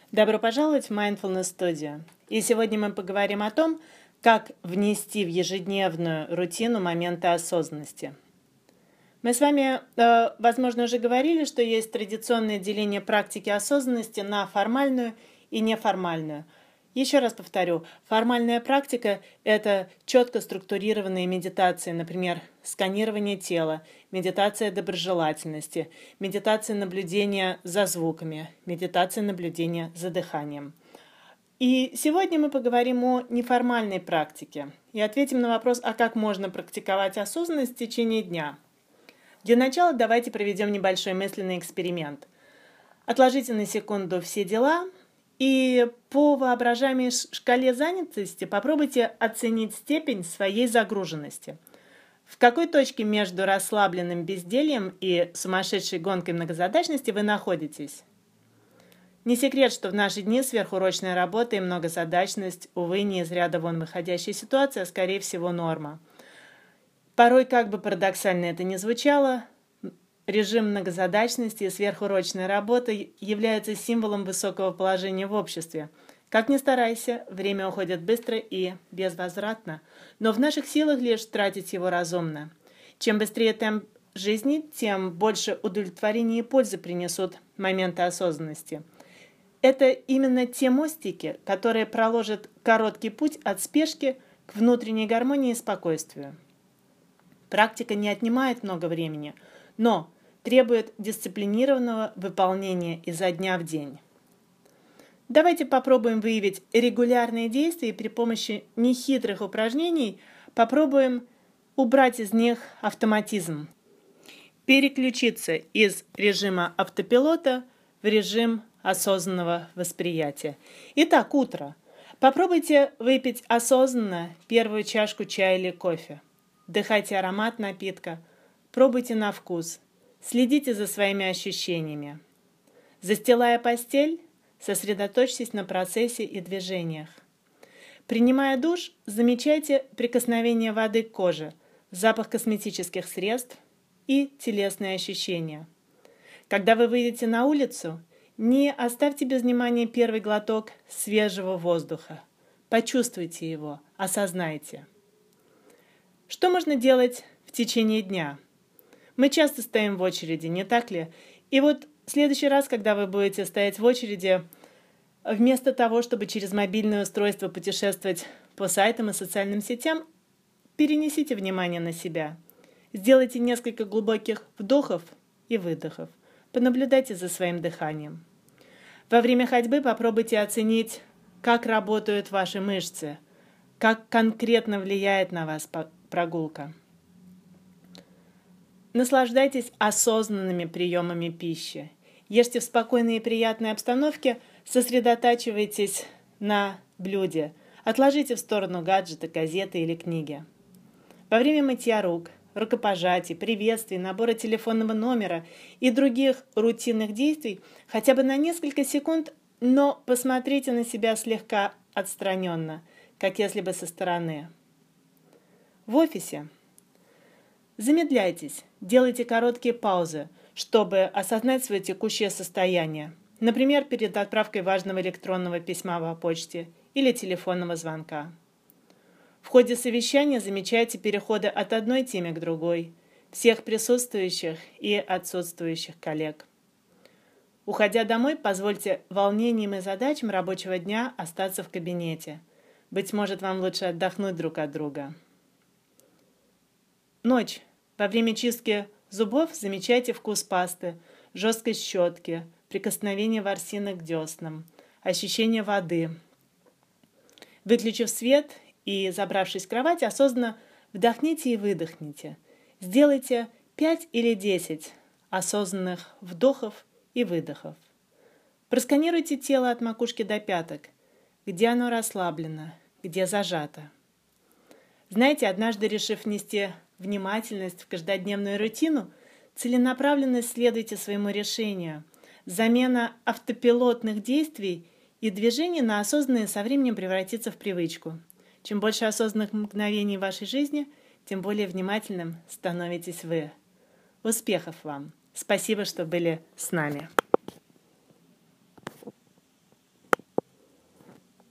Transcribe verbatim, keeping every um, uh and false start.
Добро пожаловать в Mindfulness Studio. И сегодня мы поговорим о том, как внести в ежедневную рутину моменты осознанности. Мы с вами, возможно, уже говорили, что есть традиционное деление практики осознанности на формальную и неформальную. Еще раз повторю, формальная практика – это четко структурированные медитации, например, сканирование тела, медитация доброжелательности, медитация наблюдения за звуками, медитация наблюдения за дыханием. И сегодня мы поговорим о неформальной практике и ответим на вопрос, а как можно практиковать осознанность в течение дня. Для начала давайте проведем небольшой мысленный эксперимент. Отложите на секунду все дела и по воображаемой шкале занятости попробуйте оценить степень своей загруженности. В какой точке между расслабленным бездельем и сумасшедшей гонкой многозадачности вы находитесь? Не секрет, что в наши дни сверхурочная работа и многозадачность, увы, не из ряда вон выходящая ситуация, а скорее всего норма. Порой, как бы парадоксально это ни звучало, режим многозадачности и сверхурочная работа являются символом высокого положения в обществе. Как ни старайся, время уходит быстро и безвозвратно, но в наших силах лишь тратить его разумно. Чем быстрее темп жизни, тем больше удовлетворения и пользы принесут моменты осознанности. Это именно те мостики, которые проложат короткий путь от спешки к внутренней гармонии и спокойствию. Практика не отнимает много времени, но требует дисциплинированного выполнения изо дня в день. Давайте попробуем выявить регулярные действия и при помощи нехитрых упражнений попробуем убрать из них автоматизм. Переключиться из режима автопилота в режим осознанного восприятия. Итак, утро. Попробуйте выпить осознанно первую чашку чая или кофе. Вдыхайте аромат напитка, пробуйте на вкус, следите за своими ощущениями. Застилая постель, сосредоточьтесь на процессе и движениях. Принимая душ, замечайте прикосновение воды к коже, запах косметических средств и телесные ощущения. Когда вы выйдете на улицу, не оставьте без внимания первый глоток свежего воздуха. Почувствуйте его, осознайте. Что можно делать в течение дня? Мы часто стоим в очереди, не так ли? И вот в следующий раз, когда вы будете стоять в очереди, вместо того, чтобы через мобильное устройство путешествовать по сайтам и социальным сетям, перенесите внимание на себя. Сделайте несколько глубоких вдохов и выдохов. Понаблюдайте за своим дыханием. Во время ходьбы попробуйте оценить, как работают ваши мышцы, как конкретно влияет на вас прогулка. Наслаждайтесь осознанными приемами пищи. Ешьте в спокойной и приятной обстановке, сосредотачивайтесь на блюде. Отложите в сторону гаджеты, газеты или книги. Во время мытья рук, рукопожатий, приветствий, набора телефонного номера и других рутинных действий хотя бы на несколько секунд, но посмотрите на себя слегка отстраненно, как если бы со стороны. В офисе замедляйтесь, делайте короткие паузы, чтобы осознать свое текущее состояние, например, перед отправкой важного электронного письма по почте или телефонного звонка. В ходе совещания замечайте переходы от одной темы к другой, всех присутствующих и отсутствующих коллег. Уходя домой, позвольте волнениям и задачам рабочего дня остаться в кабинете. Быть может, вам лучше отдохнуть друг от друга. Ночь. Во время чистки зубов замечайте вкус пасты, жесткость щетки, прикосновение ворсинок к деснам, ощущение воды. Выключив свет и забравшись в кровать, осознанно вдохните и выдохните. Сделайте пять или десять осознанных вдохов и выдохов. Просканируйте тело от макушки до пяток, где оно расслаблено, где зажато. Знаете, однажды решив внести внимательность в каждодневную рутину, целенаправленно следуйте своему решению. Замена автопилотных действий и движений на осознанные со временем превратится в привычку. Чем больше осознанных мгновений в вашей жизни, тем более внимательным становитесь вы. Успехов вам! Спасибо, что были с нами.